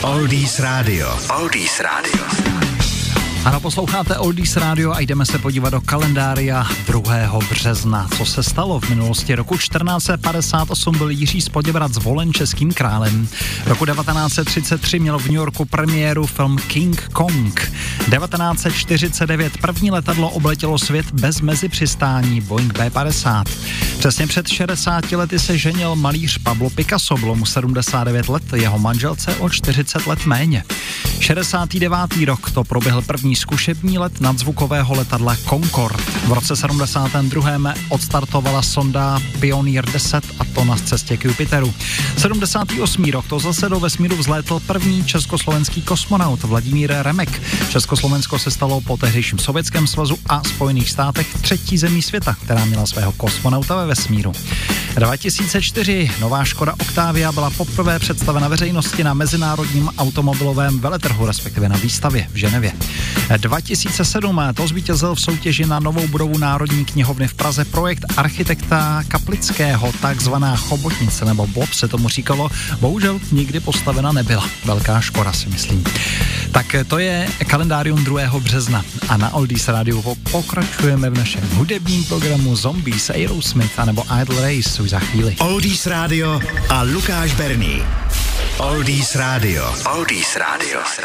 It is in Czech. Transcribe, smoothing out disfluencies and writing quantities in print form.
Oldies Radio. Oldies Radio. Ano, posloucháte Oldies Radio a jdeme se podívat do kalendária 2. března. Co se stalo v minulosti? Roku 1458 byl Jiří z Poděbrad zvolen českým králem. Roku 1933 měl v New Yorku premiéru film King Kong. 1949 první letadlo obletělo svět bez mezipřistání, Boeing B-50. Přesně před 60 lety se ženil malíř Pablo Picasso, bylo mu 79 let, jeho manželce o 40 let méně. 69. rok to proběhl první zkušební let nadzvukového letadla Concorde. V roce 72. odstartovala sonda Pioneer 10 a to na cestě k Jupiteru. 78. rok to zase do vesmíru vzlétl první československý kosmonaut Vladimír Remek. Československo se stalo po tehdejším Sovětském svazu a Spojených státech třetí zemí světa, která měla svého kosmonauta ve vesmíru. 2004 nová Škoda Octavia byla poprvé představena veřejnosti na mezinárodním automobilovém veletrhu, respektive na výstavě v Ženevě. 2007 to zvítězil v soutěži na novou budovu Národní knihovny v Praze projekt architekta Kaplického, takzvaná chobotnice, nebo Bob se tomu říkalo, bohužel nikdy postavena nebyla. Velká škoda, si myslím. Tak to je kalendárium 2. března a na Oldies Radio pokračujeme v našem hudebním programu Zombies, Aerosmith anebo Idle Race už za chvíli. Oldies Radio a Lukáš Berný. Oldies Radio. Oldies Radio.